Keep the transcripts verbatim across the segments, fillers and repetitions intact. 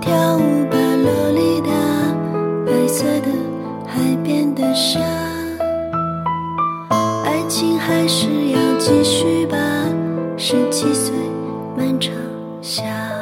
跳舞吧洛丽塔，白色的海边的沙，爱情还是要继续吧，十七岁漫长夏。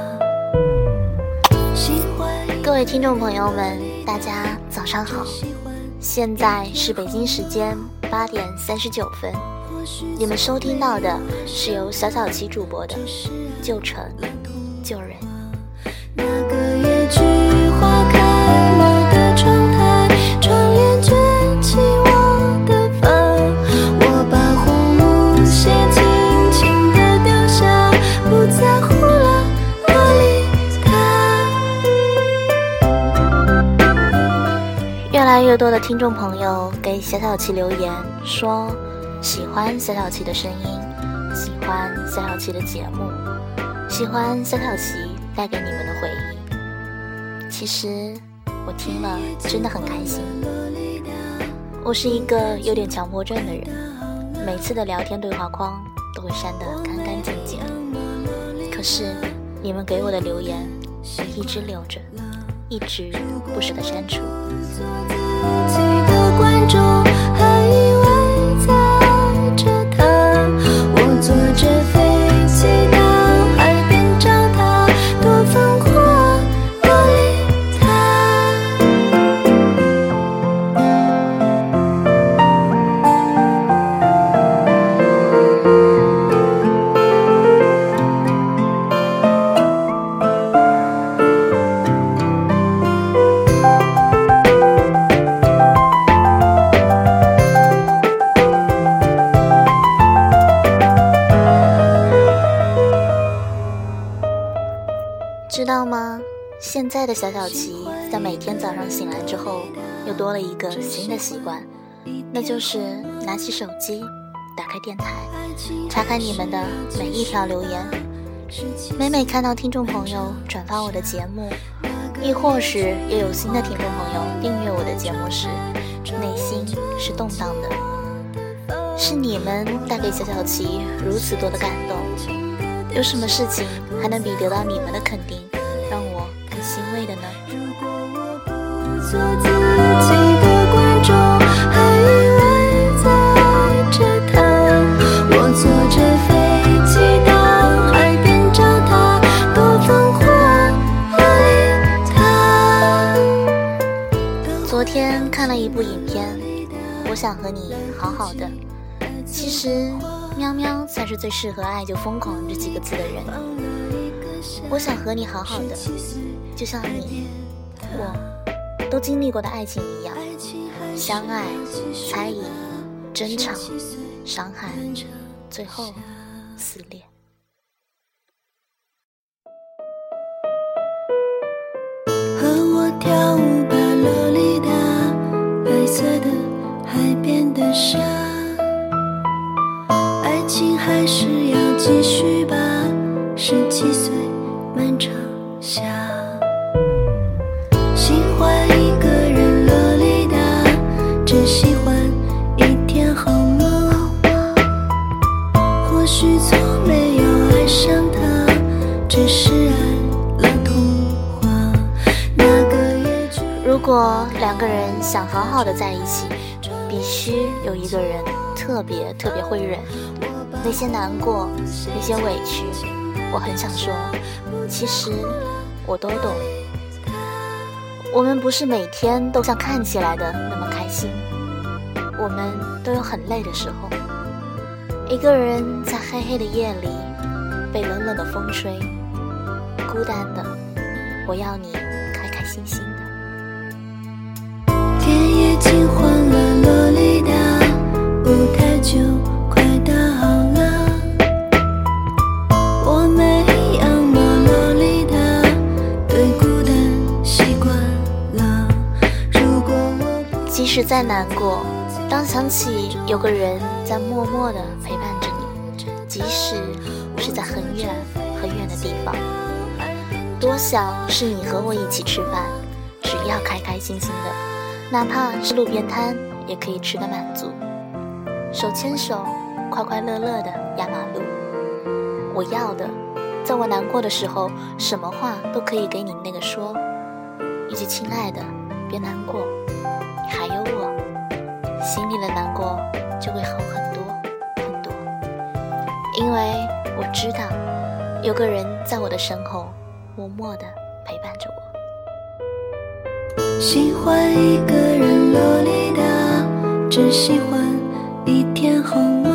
各位听众朋友们，大家早上好，现在是北京时间八点三十九分，你们收听到的是由小小琪主播的旧城旧人。 那个野菊花开了的窗台，窗帘卷起我的发，我把红舞鞋轻轻地丢下，不在乎了洛丽塔。 越来越多的听众朋友给小小琪留言说喜欢小小琪的声音，喜欢小小琪的节目，喜欢小小琪带给你们的回忆。其实我听了真的很开心。我是一个有点强迫症的人，每次的聊天对话框都会删得干干净净，可是你们给我的留言我一直留着，一直不舍得删除。 自己的观众还以为在这他，我坐着飞机到海边找他，多疯狂洛丽塔。 知道吗？现在的小小琪在每天早上醒来之后又多了一个新的习惯，那就是拿起手机打开电台，查看你们的每一条留言。每每看到听众朋友转发我的节目，亦或是又有新的听众朋友订阅我的节目时，内心是动荡的。是你们带给小小琪如此多的感动，有什么事情还能比得到你们的肯定让我更欣慰的呢？ 如果我不做自己的观众，还以为在这他，我坐着飞机到海边找他，多疯狂洛丽塔。 昨天看了一部影片，我想和你好好的。其实喵喵才是最适合爱就疯狂这几个字的人。我想和你好好的，就像你我都经历过的爱情一样，相爱、猜疑、争吵、伤害，最后撕裂。 和我跳舞吧洛丽塔，白色的海边的沙，爱情还是要继续吧，十七岁漫长夏。喜欢一个人洛丽塔，只喜欢一天好吗？或许从没有爱上他，只是爱了童话。那个野菊， 如果两个人想好好的在一起，必须有一个人特别特别会忍，那些难过，那些委屈，我很想说，其实我都懂。我们不是每天都像看起来的那么开心，我们都有很累的时候。一个人在黑黑的夜里，被冷冷的风吹，孤单的，我要你开开心心的。 天也金黄了洛丽塔，舞台就快搭好了。我没样貌洛丽塔，对孤单习惯了。如果我不即使再难过，当想起有个人在默默地陪伴着你，即使是在很远很远的地方，多想是你和我一起吃饭，只要开开心心的，哪怕是路边摊也可以吃得满足，手牵手快快乐乐的压马路。我要的在我难过的时候，什么话都可以给你那个说，一句亲爱的，别难过，还有我，心里的难过就会好很多很多。因为我知道，有个人在我的身后，默默地陪伴着我。 喜欢一个人洛丽塔，只喜欢一天好吗？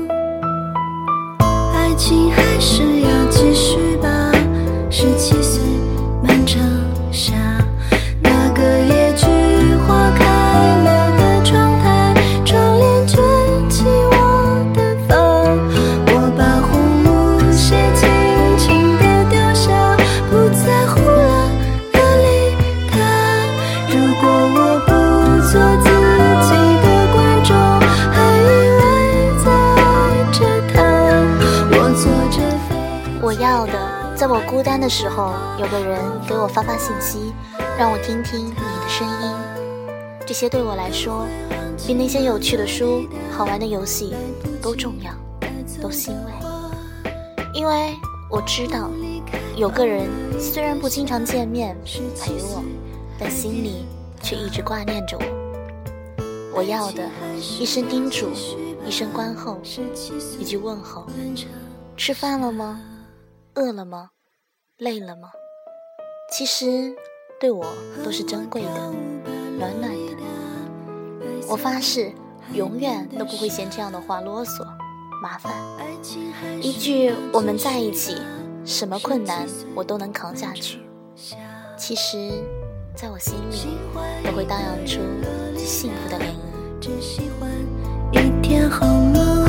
爱情还是要继续吧，十七岁漫长夏，那个野菊花开了的窗台，窗帘卷起我的发，我把红舞鞋轻轻地丢下，不在乎了洛丽塔。如果我不做自己的观众，还以为在这他，我坐着飞。 我要的，在我孤单的时候，有个人给我发发信息，让我听听你的声音。这些对我来说，比那些有趣的书、好玩的游戏都重要，都欣慰。因为我知道，有个人虽然不经常见面陪我，但心里却一直挂念着我。我要的，一声叮嘱，一声关候，一句问候。吃饭了吗？饿了吗？累了吗？其实对我都是珍贵的，暖暖的。我发誓永远都不会嫌这样的话啰嗦麻烦。一句我们在一起，什么困难我都能扛下去，其实在我心里都会荡漾出最幸福的涟漪。 只喜欢一天好吗？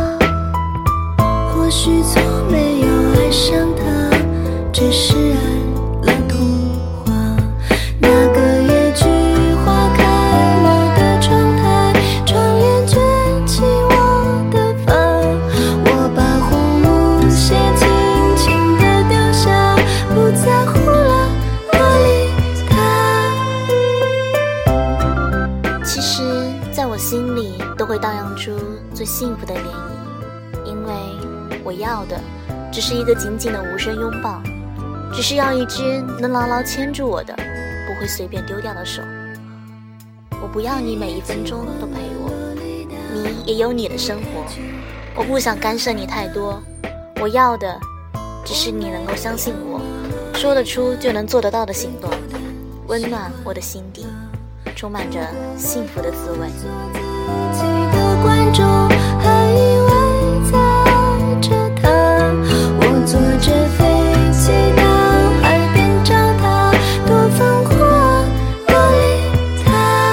或许从没有爱上他，只是爱了童话。那个野菊花开了的窗台，窗帘卷起我的发，我把红舞鞋轻轻地丢下，不在乎了洛丽塔。 其实在我心里都会荡漾出最幸福的涟漪，因为我要的只是一个紧紧的无声拥抱，只是要一只能牢牢牵住我的，不会随便丢掉的手。我不要你每一分钟都陪我，你也有你的生活，我不想干涉你太多。我要的只是你能够相信我，说得出就能做得到的行动，温暖我的心底，充满着幸福的滋味。 自己的观众还以为在这他，我坐着飞机到海边找他，多疯狂洛丽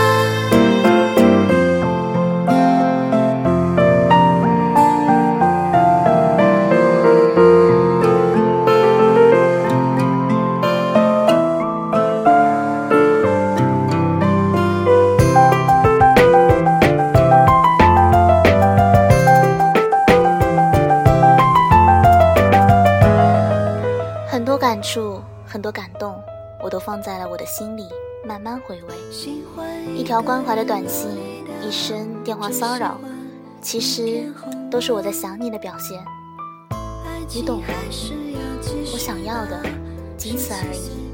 感触很多感动，我都放在了我的心里，慢慢回味。一条关怀的短信，一声电话骚扰，其实都是我在想你的表现。你懂吗？我想要的仅此而已。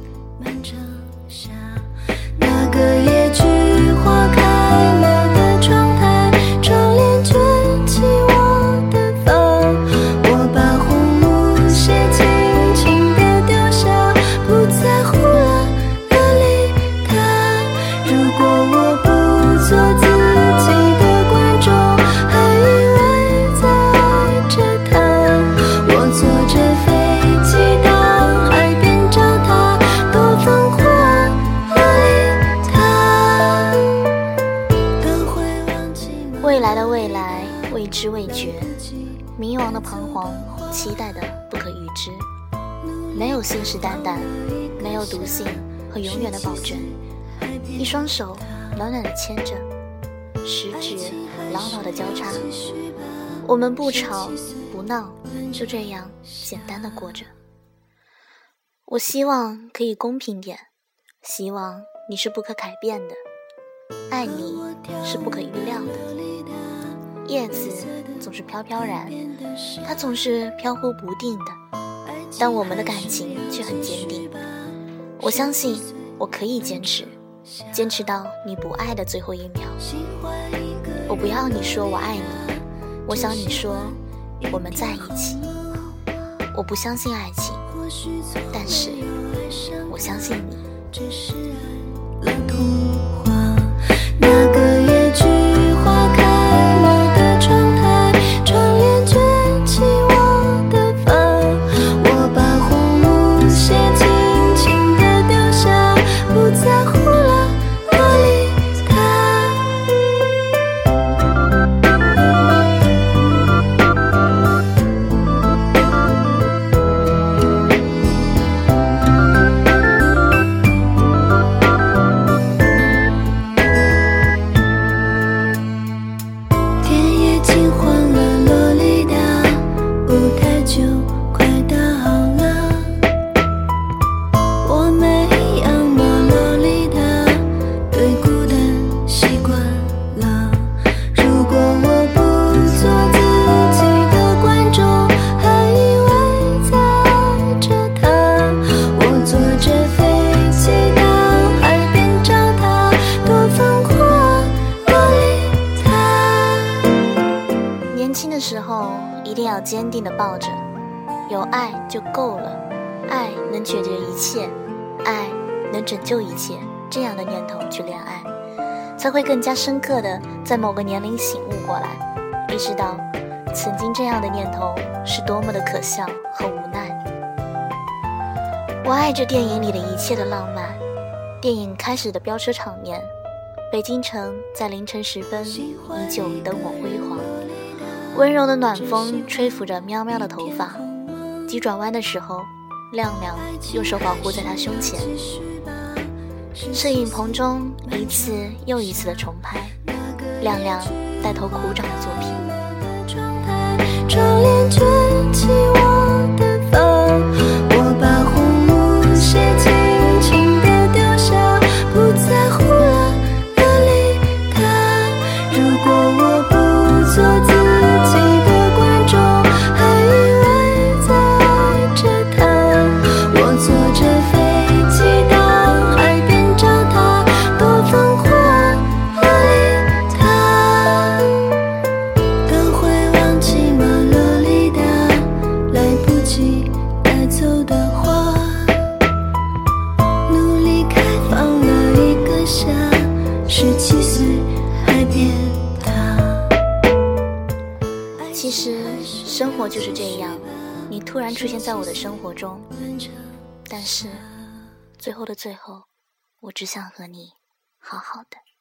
那个野菊花开了的窗台，窗帘卷起我的发，我把红舞鞋轻轻地丢下，不在乎了洛丽塔。如果我不做自己的观众，还以为在这他，我坐着飞机到海边找他，多疯狂未来的未来，未知未觉，迷茫的彷徨，期待的不可预知。没有信誓旦旦，没有笃信和永远的保证。一双手暖暖的牵着，食指牢牢的交叉。我们不吵不闹，就这样简单的过着。我希望可以公平点，希望你是不可改变的，爱你是不可预料的。叶子总是飘飘然，它总是飘忽不定的。 但我们的感情却很坚定。我相信我可以坚持，坚持到你不爱的最后一秒。我不要你说我爱你，我想你说我们在一起。我不相信爱情，但是我相信你。 那个野菊花开了的窗台，窗帘卷起我的发，我把红舞鞋轻轻地丢下，不在乎了，洛丽塔。 时候一定要坚定地抱着，有爱就够了，爱能解决一切，爱能拯救一切，这样的念头去恋爱，才会更加深刻地在某个年龄醒悟过来，意识到曾经这样的念头是多么的可笑和无奈。我爱着电影里的一切的浪漫，电影开始的飙车场面，北京城在凌晨时分依旧灯火辉煌，温柔的暖风吹拂着喵喵的头发，急转弯的时候，亮亮用手保护在他胸前。摄影棚中一次又一次的重拍，亮亮带头鼓掌的作品。 窗帘卷起我的发，我把红舞鞋轻轻地丢下，不在乎了，洛丽塔。如果我不做自其实生活就是这样，你突然出现在我的生活中，但是最后的最后，我只想和你好好的。